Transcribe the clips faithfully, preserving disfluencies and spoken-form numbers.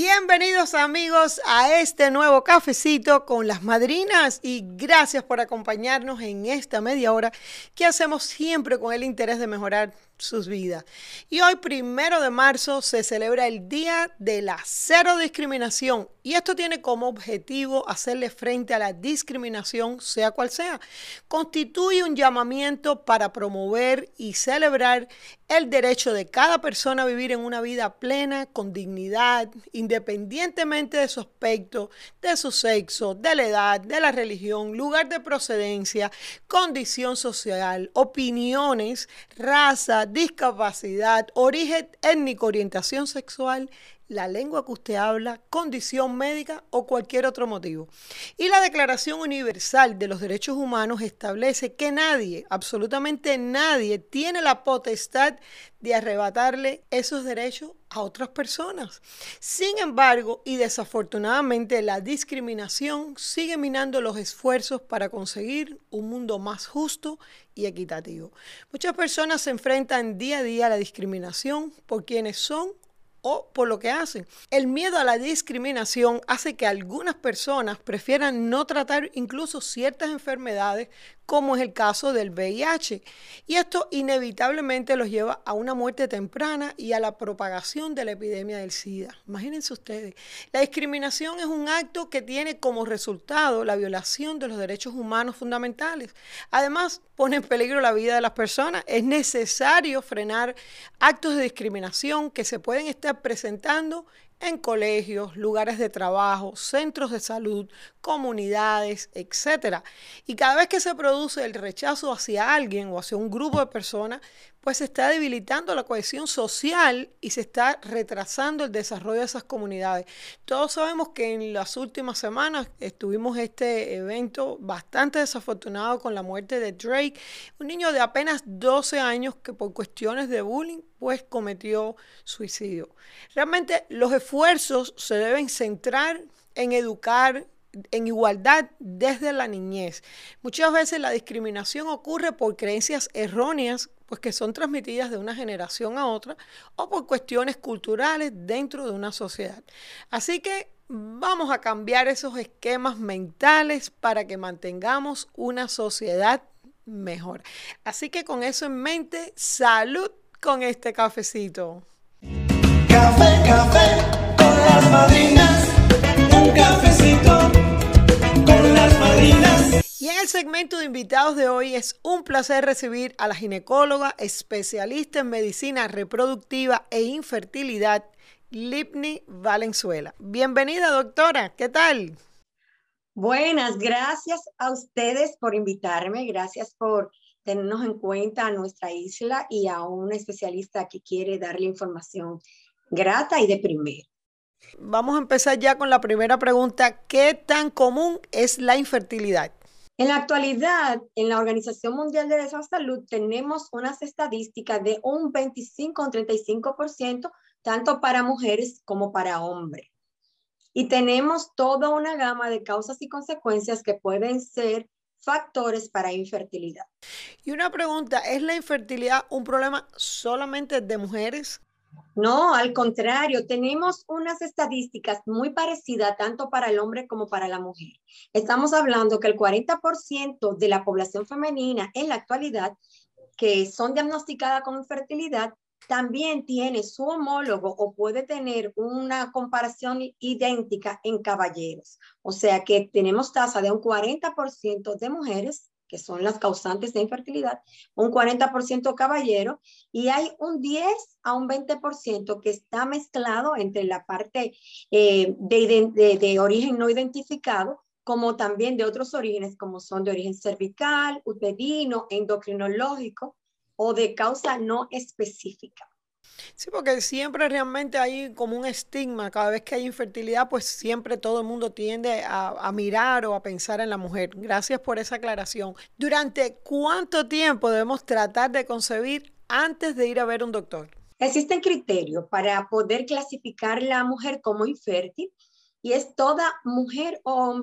Bienvenidos amigos a este nuevo cafecito con las madrinas y gracias por acompañarnos en esta media hora que hacemos siempre con el interés de mejorar sus vidas. Y hoy, primero de marzo, se celebra el Día de la Cero Discriminación y esto tiene como objetivo hacerle frente a la discriminación, sea cual sea. Constituye un llamamiento para promover y celebrar el derecho de cada persona a vivir en una vida plena, con dignidad, independientemente de su aspecto, de su sexo, de la edad, de la religión, lugar de procedencia, condición social, opiniones, raza, discapacidad, origen étnico, orientación sexual, la lengua que usted habla, condición médica o cualquier otro motivo. Y la Declaración Universal de los Derechos Humanos establece que nadie, absolutamente nadie, tiene la potestad de arrebatarle esos derechos a otras personas. Sin embargo, y desafortunadamente, la discriminación sigue minando los esfuerzos para conseguir un mundo más justo y equitativo. Muchas personas se enfrentan día a día a la discriminación por quienes son o por lo que hacen. El miedo a la discriminación hace que algunas personas prefieran no tratar incluso ciertas enfermedades, como es el caso del V I H. Y esto inevitablemente los lleva a una muerte temprana y a la propagación de la epidemia del SIDA. Imagínense ustedes, la discriminación es un acto que tiene como resultado la violación de los derechos humanos fundamentales. Además, pone en peligro la vida de las personas. Es necesario frenar actos de discriminación que se pueden estar presentando en colegios, lugares de trabajo, centros de salud, comunidades, etcétera. Y cada vez que se produce el rechazo hacia alguien o hacia un grupo de personas, pues se está debilitando la cohesión social y se está retrasando el desarrollo de esas comunidades. Todos sabemos que en las últimas semanas estuvimos este evento bastante desafortunado con la muerte de Drake, un niño de apenas doce años que por cuestiones de bullying pues cometió suicidio. Realmente los esfuerzos se deben centrar en educar en igualdad desde la niñez. Muchas veces la discriminación ocurre por creencias erróneas, pues que son transmitidas de una generación a otra, o por cuestiones culturales dentro de una sociedad. Así que vamos a cambiar esos esquemas mentales para que mantengamos una sociedad mejor. Así que con eso en mente, salud con este cafecito. Café, café con las madrinas, un cafecito con las madrinas. Y en el segmento de invitados de hoy es un placer recibir a la ginecóloga especialista en medicina reproductiva e infertilidad, Lipni Valenzuela. Bienvenida, doctora. ¿Qué tal? Buenas, gracias a ustedes por invitarme, gracias por tenernos en cuenta a nuestra isla y a una especialista que quiere darle información grata y de primera. Vamos a empezar ya con la primera pregunta. ¿Qué tan común es la infertilidad? En la actualidad, en la Organización Mundial de la Salud tenemos unas estadísticas de un veinticinco o treinta y cinco por ciento, tanto para mujeres como para hombres. Y tenemos toda una gama de causas y consecuencias que pueden ser factores para infertilidad. Y una pregunta, ¿es la infertilidad un problema solamente de mujeres? No, al contrario, tenemos unas estadísticas muy parecidas tanto para el hombre como para la mujer. Estamos hablando que el cuarenta por ciento de la población femenina en la actualidad que son diagnosticadas con infertilidad también tiene su homólogo o puede tener una comparación idéntica en caballeros. O sea que tenemos tasa de un cuarenta por ciento de mujeres, que son las causantes de infertilidad, un cuarenta por ciento caballero, y hay un diez a un veinte por ciento que está mezclado entre la parte eh, de, de, de origen no identificado, como también de otros orígenes, como son de origen cervical, uterino, endocrinológico, o de causa no específica. Sí, porque siempre realmente hay como un estigma, cada vez que hay infertilidad, pues siempre todo el mundo tiende a, a mirar o a pensar en la mujer. Gracias por esa aclaración. ¿Durante cuánto tiempo debemos tratar de concebir antes de ir a ver un doctor? Existen criterios para poder clasificar la mujer como infértil y es toda mujer o hombre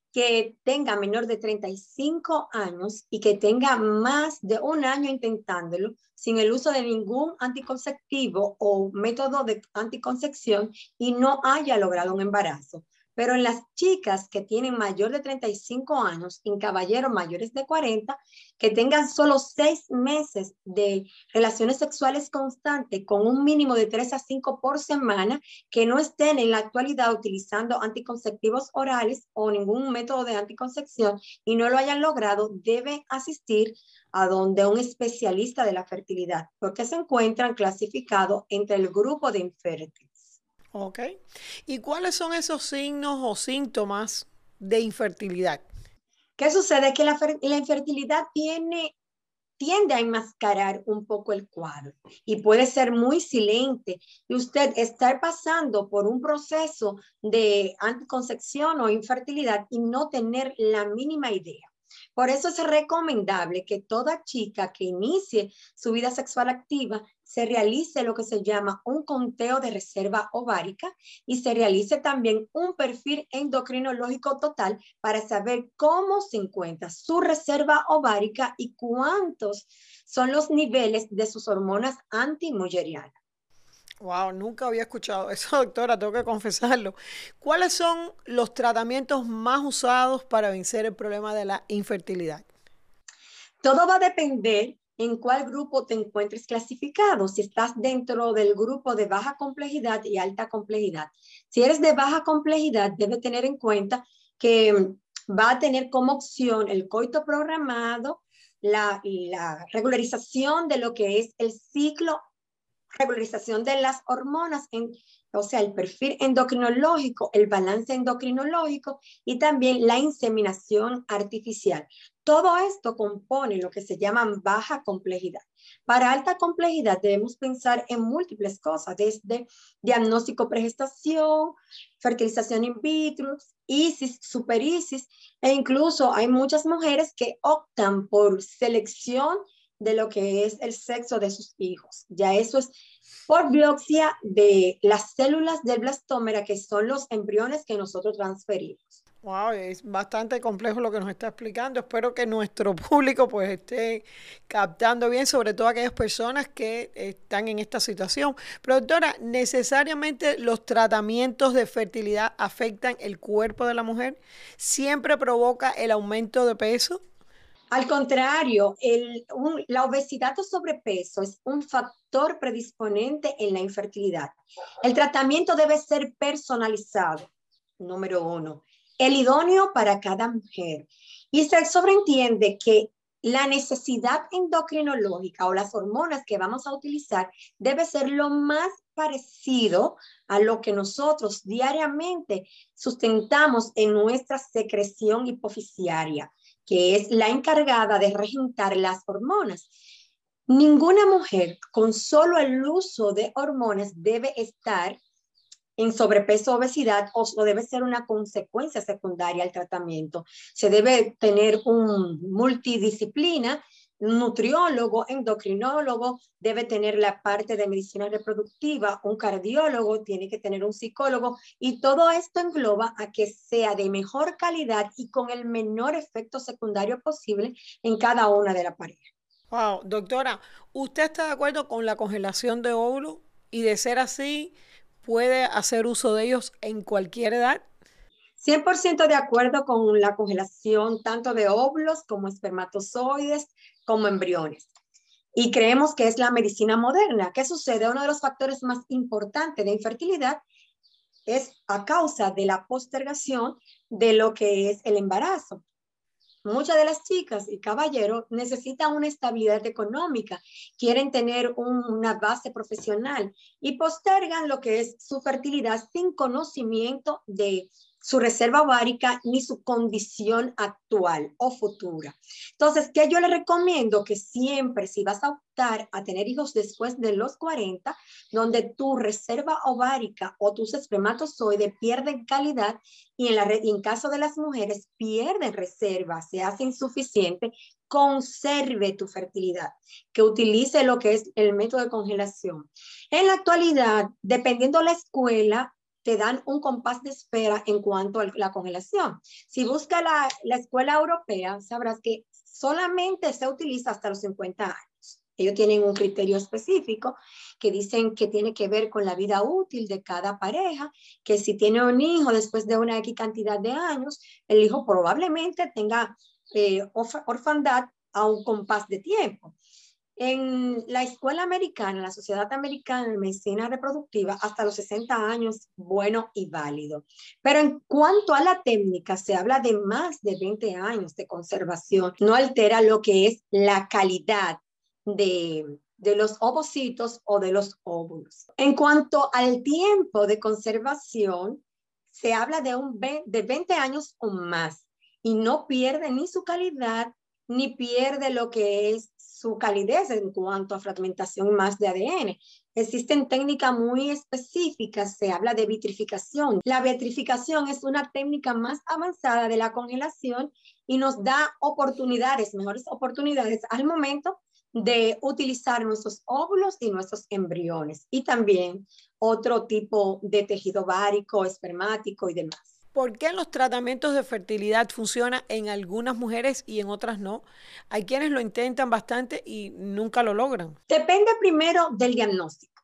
que tenga menor de treinta y cinco años y que tenga más de un año intentándolo sin el uso de ningún anticonceptivo o método de anticoncepción y no haya logrado un embarazo. Pero en las chicas que tienen mayor de treinta y cinco años, en caballeros mayores de cuarenta, que tengan solo seis meses de relaciones sexuales constantes con un mínimo de tres a cinco por semana, que no estén en la actualidad utilizando anticonceptivos orales o ningún método de anticoncepción y no lo hayan logrado, deben asistir a donde un especialista de la fertilidad, porque se encuentran clasificados entre el grupo de infértiles. Ok. ¿Y cuáles son esos signos o síntomas de infertilidad? ¿Qué sucede? Que la, la infertilidad tiene, tiende a enmascarar un poco el cuadro y puede ser muy silente y usted estar pasando por un proceso de anticoncepción o infertilidad y no tener la mínima idea. Por eso es recomendable que toda chica que inicie su vida sexual activa se realice lo que se llama un conteo de reserva ovárica y se realice también un perfil endocrinológico total para saber cómo se encuentra su reserva ovárica y cuántos son los niveles de sus hormonas antimullerianas. Wow, nunca había escuchado eso, doctora, tengo que confesarlo. ¿Cuáles son los tratamientos más usados para vencer el problema de la infertilidad? Todo va a depender en cuál grupo te encuentres clasificado, si estás dentro del grupo de baja complejidad y alta complejidad. Si eres de baja complejidad, debes tener en cuenta que va a tener como opción el coito programado, la, la regularización de lo que es el ciclo, regularización de las hormonas, en, o sea, el perfil endocrinológico, el balance endocrinológico y también la inseminación artificial. Todo esto compone lo que se llama baja complejidad. Para alta complejidad debemos pensar en múltiples cosas, desde diagnóstico pregestación, fertilización in vitro, ISIS, superisis, e incluso hay muchas mujeres que optan por selección de lo que es el sexo de sus hijos. Ya eso es por biopsia de las células del blastómera, que son los embriones que nosotros transferimos. Wow, es bastante complejo lo que nos está explicando. Espero que nuestro público pues esté captando bien, sobre todo aquellas personas que están en esta situación. Pero doctora, ¿necesariamente los tratamientos de fertilidad afectan el cuerpo de la mujer? ¿Siempre provoca el aumento de peso? Al contrario, el, un, la obesidad o sobrepeso es un factor predisponente en la infertilidad. El tratamiento debe ser personalizado, número uno, el idóneo para cada mujer. Y se sobreentiende que la necesidad endocrinológica o las hormonas que vamos a utilizar debe ser lo más parecido a lo que nosotros diariamente sustentamos en nuestra secreción hipofisiaria, que es la encargada de regentar las hormonas. Ninguna mujer con solo el uso de hormonas debe estar en sobrepeso o obesidad o, o debe ser una consecuencia secundaria al tratamiento. Se debe tener un multidisciplina, un nutriólogo, endocrinólogo, debe tener la parte de medicina reproductiva, un cardiólogo, tiene que tener un psicólogo y todo esto engloba a que sea de mejor calidad y con el menor efecto secundario posible en cada una de las parejas. Wow, doctora, ¿usted está de acuerdo con la congelación de óvulos? Y de ser así, ¿puede hacer uso de ellos en cualquier edad? cien por ciento de acuerdo con la congelación tanto de óvulos como espermatozoides como embriones. Y creemos que es la medicina moderna. ¿Qué sucede? Uno de los factores más importantes de infertilidad es a causa de la postergación de lo que es el embarazo. Muchas de las chicas y caballeros necesitan una estabilidad económica, quieren tener un, una base profesional y postergan lo que es su fertilidad sin conocimiento de su reserva ovárica ni su condición actual o futura. Entonces, ¿qué yo le recomiendo? Que siempre, si vas a optar a tener hijos después de los cuarenta, donde tu reserva ovárica o tus espermatozoides pierden calidad y en, la, y en caso de las mujeres pierden reserva, se hace insuficiente, conserve tu fertilidad, que utilice lo que es el método de congelación. En la actualidad, dependiendo de la escuela, te dan un compás de espera en cuanto a la congelación. Si buscas la, la escuela europea, sabrás que solamente se utiliza hasta los cincuenta años. Ellos tienen un criterio específico que dicen que tiene que ver con la vida útil de cada pareja, que si tiene un hijo después de una X cantidad de años, el hijo probablemente tenga eh, orf- orfandad a un compás de tiempo. En la escuela americana, la Sociedad Americana de Medicina Reproductiva, hasta los sesenta años, bueno y válido. Pero en cuanto a la técnica, se habla de más de veinte años de conservación. No altera lo que es la calidad de, de los ovocitos o de los óvulos. En cuanto al tiempo de conservación, se habla de, un, de veinte años o más y no pierde ni su calidad ni pierde lo que es su calidez en cuanto a fragmentación más de A D N. Existen técnicas muy específicas, se habla de vitrificación. La vitrificación es una técnica más avanzada de la congelación y nos da oportunidades, mejores oportunidades al momento de utilizar nuestros óvulos y nuestros embriones y también otro tipo de tejido ovárico, espermático y demás. ¿Por qué los tratamientos de fertilidad funcionan en algunas mujeres y en otras no? Hay quienes lo intentan bastante y nunca lo logran. Depende primero del diagnóstico,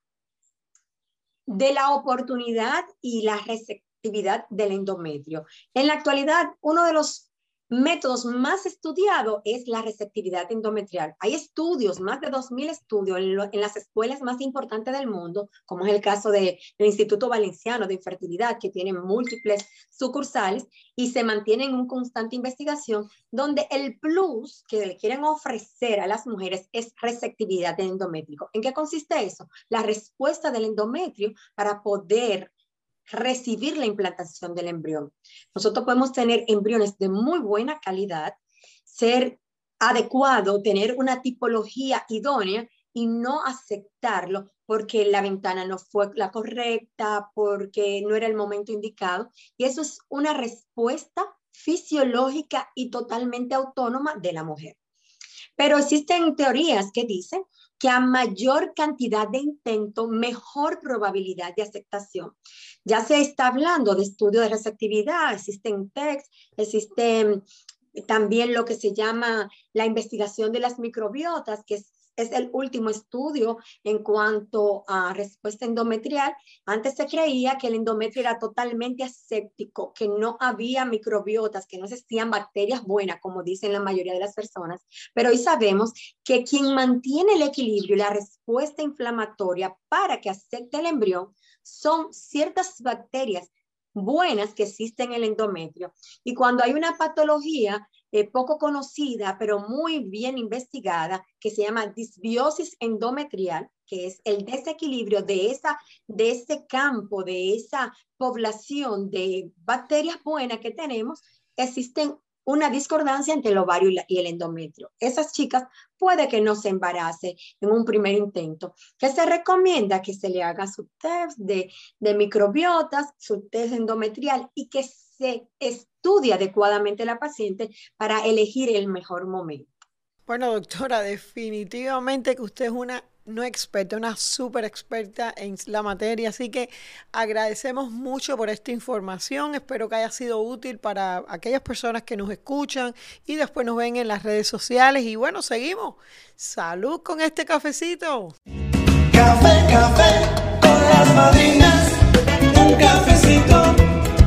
de la oportunidad y la receptividad del endometrio. En la actualidad, uno de los métodos más estudiados es la receptividad endometrial. Hay estudios, más de dos mil estudios en, lo, en las escuelas más importantes del mundo, como es el caso de, del Instituto Valenciano de Infertilidad, que tiene múltiples sucursales y se mantiene en una constante investigación, donde el plus que le quieren ofrecer a las mujeres es receptividad endométrico. ¿En qué consiste eso? La respuesta del endometrio para poder recibir la implantación del embrión. Nosotros podemos tener embriones de muy buena calidad, ser adecuado, tener una tipología idónea y no aceptarlo porque la ventana no fue la correcta, porque no era el momento indicado. Y eso es una respuesta fisiológica y totalmente autónoma de la mujer. Pero existen teorías que dicen que a mayor cantidad de intento, mejor probabilidad de aceptación. Ya se está hablando de estudios de receptividad, existen T E C, existe también lo que se llama la investigación de las microbiotas, que es, es el último estudio en cuanto a respuesta endometrial. Antes se creía que el endometrio era totalmente aséptico, que no había microbiotas, que no existían bacterias buenas, como dicen la mayoría de las personas. Pero hoy sabemos que quien mantiene el equilibrio y la respuesta inflamatoria para que acepte el embrión son ciertas bacterias buenas que existen en el endometrio. Y cuando hay una patología eh, poco conocida, pero muy bien investigada, que se llama disbiosis endometrial, que es el desequilibrio de, esa, de ese campo, de esa población de bacterias buenas que tenemos, existen una discordancia entre el ovario y, la, y el endometrio. Esas chicas puede que no se embarace en un primer intento. ¿Qué se recomienda? Que se le haga su test de, de microbiotas, su test endometrial y que se estudie adecuadamente la paciente para elegir el mejor momento. Bueno, doctora, definitivamente que usted es una no experta, una súper experta en la materia, así que agradecemos mucho por esta información, espero que haya sido útil para aquellas personas que nos escuchan y después nos ven en las redes sociales y bueno, seguimos. Salud con este cafecito. Café, café con las madrinas, un cafecito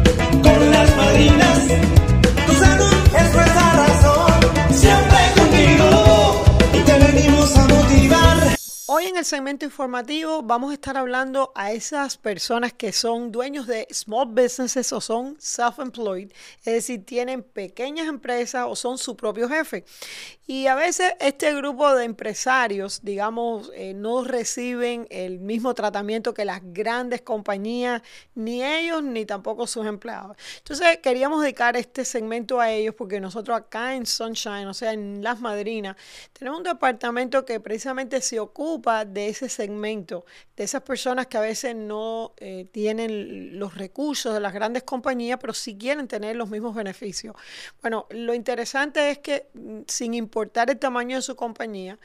con las madrinas, tu salud es nuestra razón, siempre contigo y te venimos a motivar. Hoy en el segmento informativo vamos a estar hablando a esas personas que son dueños de small businesses o son self-employed, es decir, tienen pequeñas empresas o son su propio jefe. Y a veces este grupo de empresarios, digamos, eh, no reciben el mismo tratamiento que las grandes compañías, ni ellos ni tampoco sus empleados. Entonces queríamos dedicar este segmento a ellos porque nosotros acá en Sunshine, o sea, en Las Madrinas, tenemos un departamento que precisamente se ocupa de ese segmento, de esas personas que a veces no eh, tienen los recursos de las grandes compañías, pero sí quieren tener los mismos beneficios. Bueno, lo interesante es que sin importar el tamaño de su compañía,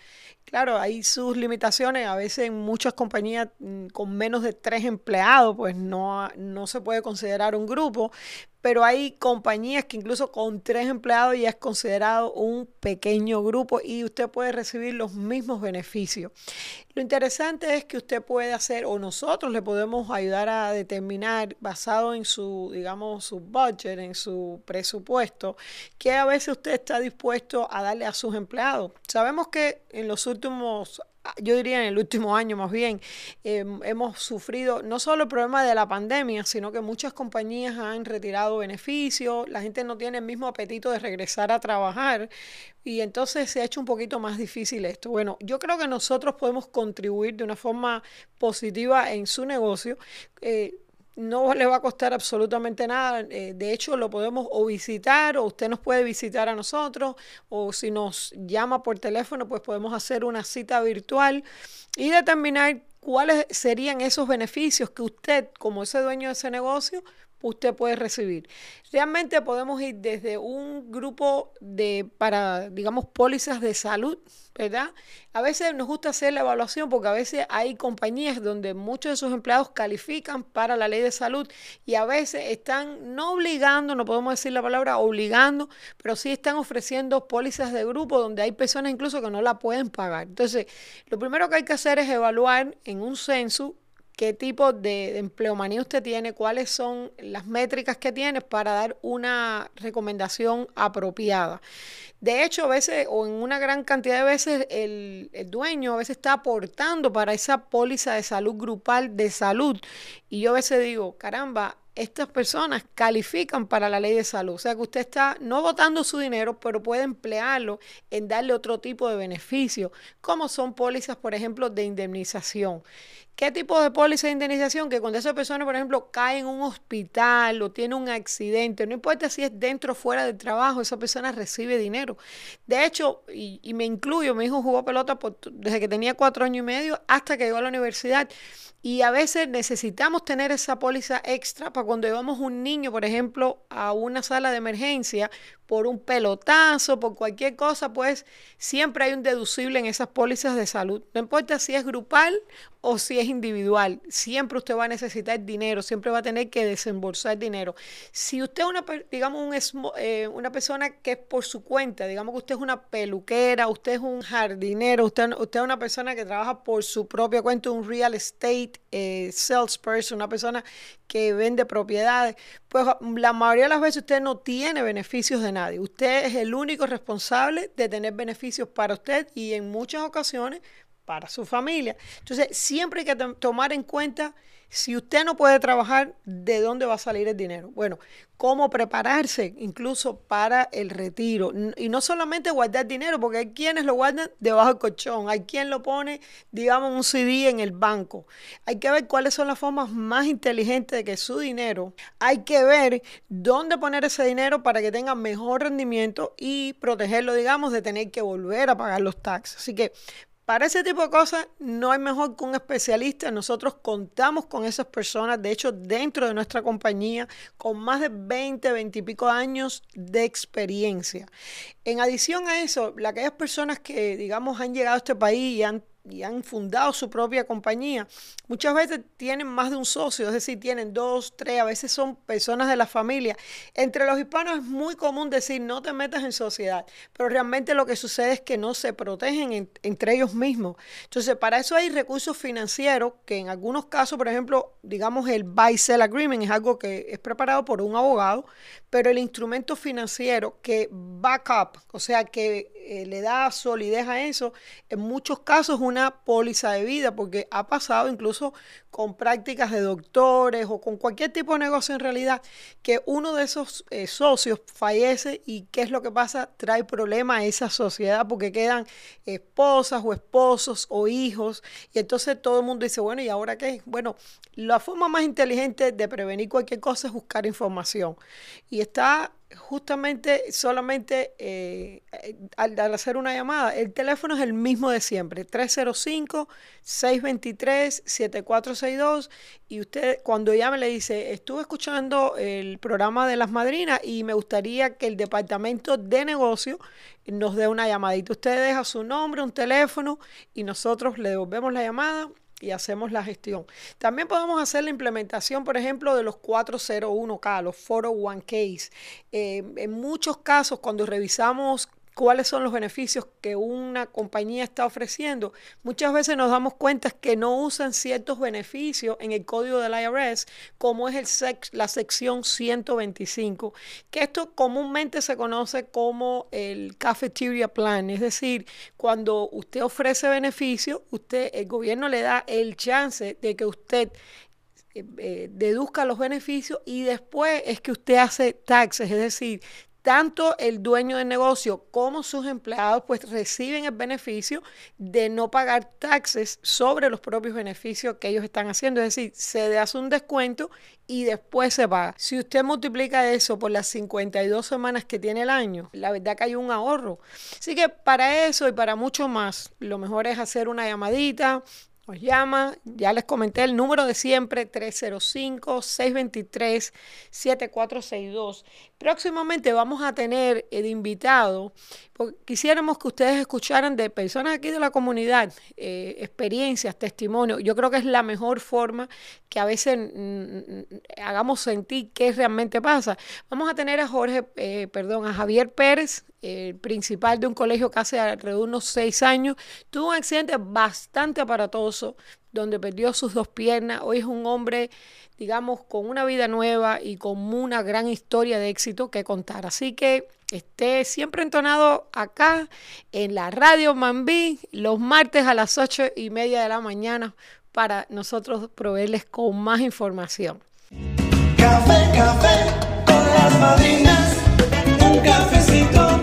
Claro, hay sus limitaciones. A veces en muchas compañías mm, con menos de tres empleados, pues no, no se puede considerar un grupo, pero hay compañías que incluso con tres empleados ya es considerado un pequeño grupo y usted puede recibir los mismos beneficios. Lo interesante es que usted puede hacer, o nosotros le podemos ayudar a determinar, basado en su, digamos, su budget, en su presupuesto, que a veces usted está dispuesto a darle a sus empleados. Sabemos que en los últimos, yo diría en el último año más bien, eh, hemos sufrido no solo el problema de la pandemia, sino que muchas compañías han retirado beneficios, la gente no tiene el mismo apetito de regresar a trabajar y entonces se ha hecho un poquito más difícil esto. Bueno, yo creo que nosotros podemos contribuir de una forma positiva en su negocio. Eh, No le va a costar absolutamente nada. Eh, de hecho, lo podemos o visitar o usted nos puede visitar a nosotros o si nos llama por teléfono, pues podemos hacer una cita virtual y determinar cuáles serían esos beneficios que usted, como ese dueño de ese negocio, usted puede recibir. Realmente podemos ir desde un grupo de, para, digamos, pólizas de salud, ¿verdad? A veces nos gusta hacer la evaluación porque a veces hay compañías donde muchos de sus empleados califican para la ley de salud y a veces están no obligando, no podemos decir la palabra obligando, pero sí están ofreciendo pólizas de grupo donde hay personas incluso que no la pueden pagar. Entonces, lo primero que hay que hacer es evaluar en un censo qué tipo de, de empleomanía usted tiene, cuáles son las métricas que tiene para dar una recomendación apropiada. De hecho, a veces o en una gran cantidad de veces el, el dueño a veces está aportando para esa póliza de salud grupal de salud. Y yo a veces digo, caramba, estas personas califican para la ley de salud. O sea que usted está no botando su dinero, pero puede emplearlo en darle otro tipo de beneficio, como son pólizas, por ejemplo, de indemnización. ¿Qué tipo de póliza de indemnización? Que cuando esa persona, por ejemplo, cae en un hospital o tiene un accidente, no importa si es dentro o fuera del trabajo, esa persona recibe dinero. De hecho, y, y me incluyo, mi hijo jugó pelota por, desde que tenía cuatro años y medio hasta que llegó a la universidad. Y a veces necesitamos tener esa póliza extra para cuando llevamos un niño, por ejemplo, a una sala de emergencia por un pelotazo, por cualquier cosa, pues siempre hay un deducible en esas pólizas de salud. No importa si es grupal o si es individual, siempre usted va a necesitar dinero, siempre va a tener que desembolsar dinero. Si usted es una, digamos, un, eh, una persona que es por su cuenta, digamos que usted es una peluquera, usted es un jardinero, usted, usted es una persona que trabaja por su propia cuenta, un real estate eh, salesperson, una persona que vende propiedades, pues la mayoría de las veces usted no tiene beneficios de nadie. Usted es el único responsable de tener beneficios para usted y en muchas ocasiones para su familia. Entonces, siempre hay que tomar en cuenta, si usted no puede trabajar, ¿de dónde va a salir el dinero? Bueno, cómo prepararse incluso para el retiro. Y no solamente guardar dinero, porque hay quienes lo guardan debajo del colchón, hay quien lo pone, digamos, un C D en el banco. Hay que ver cuáles son las formas más inteligentes de que su dinero, hay que ver dónde poner ese dinero para que tenga mejor rendimiento y protegerlo, digamos, de tener que volver a pagar los taxes. Así que para ese tipo de cosas no hay mejor que un especialista. Nosotros contamos con esas personas, de hecho, dentro de nuestra compañía, con más de veinte, veinte y pico años de experiencia. En adición a eso, aquellas personas que, digamos, han llegado a este país y han y han fundado su propia compañía, muchas veces tienen más de un socio, es decir, tienen dos, tres, a veces son personas de la familia. Entre los hispanos es muy común decir no te metas en sociedad, pero realmente lo que sucede es que no se protegen en, entre ellos mismos. Entonces, para eso hay recursos financieros que en algunos casos, por ejemplo, digamos el buy-sell agreement es algo que es preparado por un abogado, pero el instrumento financiero que back up, o sea, que eh, le da solidez a eso, en muchos casos una póliza de vida, porque ha pasado incluso con prácticas de doctores o con cualquier tipo de negocio en realidad, que uno de esos eh, socios fallece y ¿qué es lo que pasa? Trae problema a esa sociedad porque quedan esposas o esposos o hijos y entonces todo el mundo dice, bueno, ¿y ahora qué? Bueno, la forma más inteligente de prevenir cualquier cosa es buscar información y está justamente solamente eh, al, al hacer una llamada, el teléfono es el mismo de siempre, tres cero cinco, seis dos tres, siete cuatro seis dos, y usted cuando llame le dice, estuve escuchando el programa de las madrinas y me gustaría que el departamento de negocio nos dé una llamadita. Usted deja su nombre, un teléfono y nosotros le devolvemos la llamada y hacemos la gestión. También podemos hacer la implementación, por ejemplo, de los cuatro cero uno K, los cuatro cero uno Ks. Eh, en muchos casos, cuando revisamos cuáles son los beneficios que una compañía está ofreciendo, muchas veces nos damos cuenta que no usan ciertos beneficios en el código del I R S, como es el sec la sección ciento veinticinco, que esto comúnmente se conoce como el Cafeteria Plan, es decir, cuando usted ofrece beneficios, usted, el gobierno le da el chance de que usted eh, eh, deduzca los beneficios y después es que usted hace taxes, es decir, tanto el dueño del negocio como sus empleados pues reciben el beneficio de no pagar taxes sobre los propios beneficios que ellos están haciendo. Es decir, se le hace un descuento y después se paga. Si usted multiplica eso por las cincuenta y dos semanas que tiene el año, la verdad que hay un ahorro. Así que para eso y para mucho más, lo mejor es hacer una llamadita. Nos llama, ya les comenté el número de siempre, tres cero cinco, seis dos tres, siete cuatro seis dos. Próximamente vamos a tener de invitado, porque quisiéramos que ustedes escucharan de personas aquí de la comunidad, eh, experiencias, testimonios. Yo creo que es la mejor forma que a veces mm, hagamos sentir qué realmente pasa. Vamos a tener a Jorge, eh, perdón, a Javier Pérez, el principal de un colegio que hace alrededor de unos seis años, tuvo un accidente bastante aparatoso donde perdió sus dos piernas. Hoy es un hombre, digamos, con una vida nueva y con una gran historia de éxito que contar. Así que esté siempre entonado acá en la Radio Mambí los martes a las ocho y media de la mañana para nosotros proveerles con más información. Café, café con las madrinas, un cafecito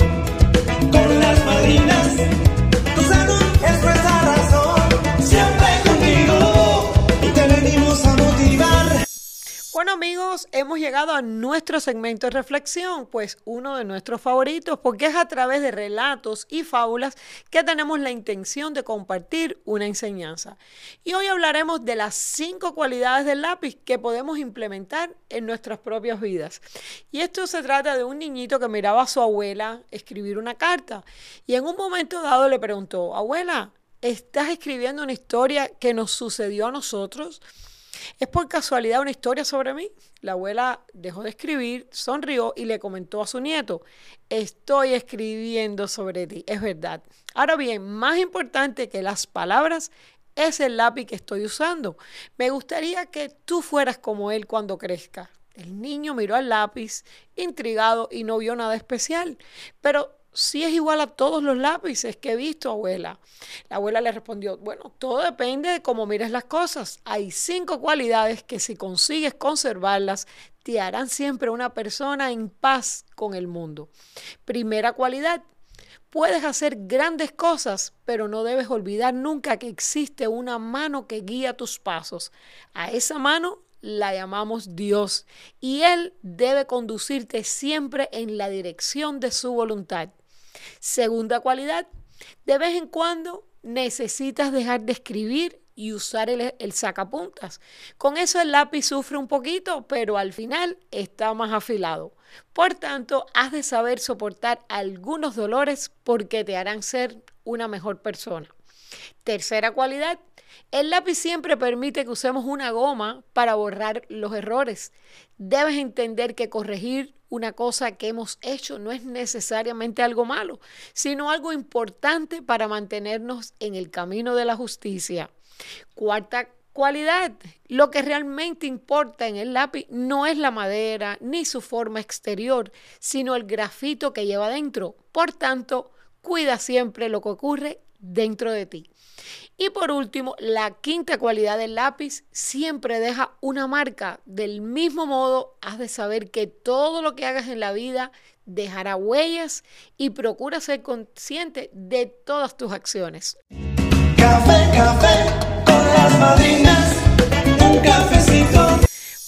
con las madrinas, tu salud es nuestra razón, siempre contigo y te venimos a motivar. Bueno amigos, hemos llegado a nuestro segmento de reflexión, pues uno de nuestros favoritos, porque es a través de relatos y fábulas que tenemos la intención de compartir una enseñanza. Y hoy hablaremos de las cinco cualidades del lápiz que podemos implementar en nuestras propias vidas. Y esto se trata de un niñito que miraba a su abuela escribir una carta y en un momento dado le preguntó, abuela, ¿estás escribiendo una historia que nos sucedió a nosotros? ¿Es por casualidad una historia sobre mí? La abuela dejó de escribir, sonrió y le comentó a su nieto, estoy escribiendo sobre ti, es verdad. Ahora bien, más importante que las palabras es el lápiz que estoy usando. Me gustaría que tú fueras como él cuando crezca. El niño miró al lápiz, intrigado y no vio nada especial, pero sí es igual a todos los lápices que he visto, abuela. La abuela le respondió, bueno, todo depende de cómo mires las cosas. Hay cinco cualidades que si consigues conservarlas, te harán siempre una persona en paz con el mundo. Primera cualidad, puedes hacer grandes cosas, pero no debes olvidar nunca que existe una mano que guía tus pasos. A esa mano la llamamos Dios y Él debe conducirte siempre en la dirección de su voluntad. Segunda cualidad, de vez en cuando necesitas dejar de escribir y usar el, el sacapuntas. Con eso el lápiz sufre un poquito, pero al final está más afilado. Por tanto, has de saber soportar algunos dolores porque te harán ser una mejor persona. Tercera cualidad, el lápiz siempre permite que usemos una goma para borrar los errores. Debes entender que corregir una cosa que hemos hecho no es necesariamente algo malo, sino algo importante para mantenernos en el camino de la justicia. Cuarta cualidad, lo que realmente importa en el lápiz no es la madera ni su forma exterior, sino el grafito que lleva dentro. Por tanto, cuida siempre lo que ocurre dentro de ti. Y por último, la quinta cualidad del lápiz siempre deja una marca. Del mismo modo, has de saber que todo lo que hagas en la vida dejará huellas y procura ser consciente de todas tus acciones. Café, café con las madrinas, un cafecito.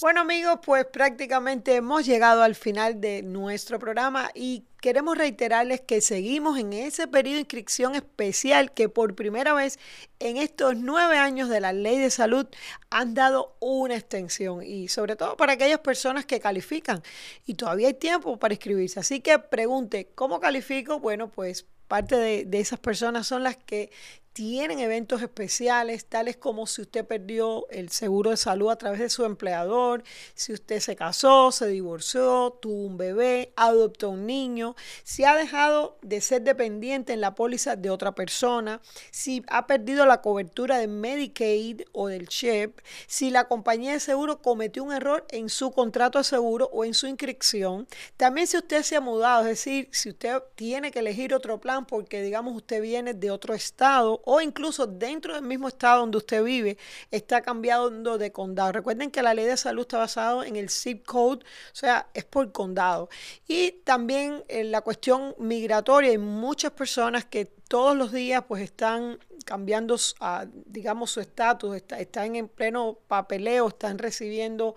Bueno amigos, pues prácticamente hemos llegado al final de nuestro programa y queremos reiterarles que seguimos en ese periodo de inscripción especial que por primera vez en estos nueve años de la Ley de Salud han dado una extensión y sobre todo para aquellas personas que califican y todavía hay tiempo para inscribirse. Así que pregunte, ¿cómo califico? Bueno, pues parte de, de esas personas son las que tienen eventos especiales, tales como si usted perdió el seguro de salud a través de su empleador, si usted se casó, se divorció, tuvo un bebé, adoptó un niño, si ha dejado de ser dependiente en la póliza de otra persona, si ha perdido la cobertura de Medicaid o del CHIP, si la compañía de seguro cometió un error en su contrato de seguro o en su inscripción, también si usted se ha mudado, es decir, si usted tiene que elegir otro plan porque digamos usted viene de otro estado o incluso dentro del mismo estado donde usted vive, está cambiando de condado. Recuerden que la ley de salud está basada en el zip code, o sea, es por condado. Y también en la cuestión migratoria, hay muchas personas que todos los días pues están cambiando, uh, digamos, su estatus, está, están en pleno papeleo, están recibiendo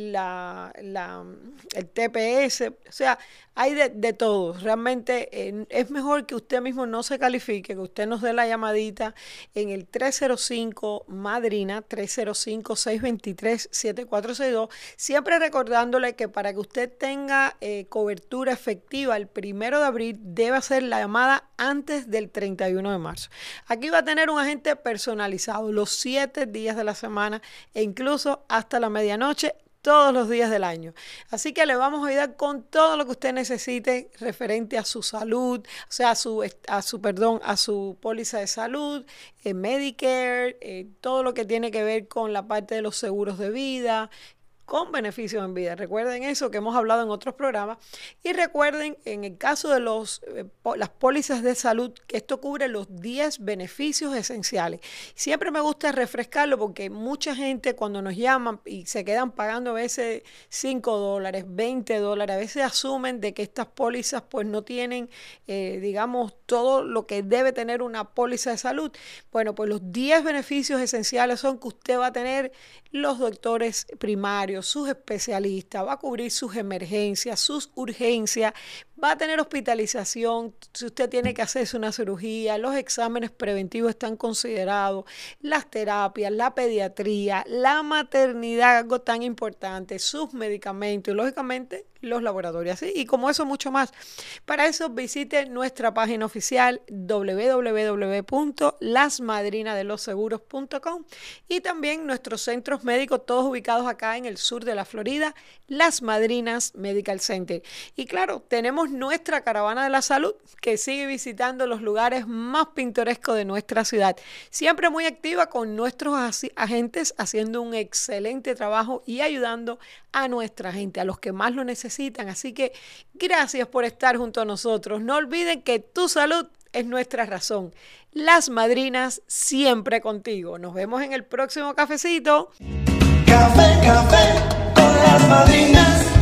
la, la, el T P S, o sea, hay de, de todo. Realmente eh, es mejor que usted mismo no se califique, que usted nos dé la llamadita en el tres cero cinco Madrina, tres cero cinco, seis dos tres, siete cuatro seis dos, siempre recordándole que para que usted tenga eh, cobertura efectiva el primero de abril debe hacer la llamada antes del treinta y uno de marzo. Aquí va a tener un agente personalizado los siete días de la semana e incluso hasta la medianoche, todos los días del año. Así que le vamos a ayudar con todo lo que usted necesite referente a su salud, o sea, a su, a su, perdón, a su póliza de salud, eh, Medicare, eh, todo lo que tiene que ver con la parte de los seguros de vida, con beneficios en vida. Recuerden eso que hemos hablado en otros programas y recuerden en el caso de los, eh, las pólizas de salud que esto cubre los diez beneficios esenciales. Siempre me gusta refrescarlo porque mucha gente cuando nos llaman y se quedan pagando a veces cinco dólares, veinte dólares, a veces asumen de que estas pólizas pues no tienen eh, digamos todo lo que debe tener una póliza de salud. Bueno, pues los diez beneficios esenciales son que usted va a tener los doctores primarios, sus especialistas, va a cubrir sus emergencias, sus urgencias, va a tener hospitalización, si usted tiene que hacerse una cirugía, los exámenes preventivos están considerados, las terapias, la pediatría, la maternidad, algo tan importante, sus medicamentos y lógicamente los laboratorios, ¿sí? Y como eso mucho más. Para eso visite nuestra página oficial doble u doble u doble u punto las madrinas de los seguros punto com y también nuestros centros médicos, todos ubicados acá en el sur de la Florida, Las Madrinas Medical Center. Y claro, tenemos nuestra caravana de la salud que sigue visitando los lugares más pintorescos de nuestra ciudad, siempre muy activa con nuestros agentes haciendo un excelente trabajo y ayudando a nuestra gente, a los que más lo necesitan. Así que gracias por estar junto a nosotros. No olviden que tu salud es nuestra razón. Las Madrinas siempre contigo. Nos vemos en el próximo cafecito. Café, café con las madrinas.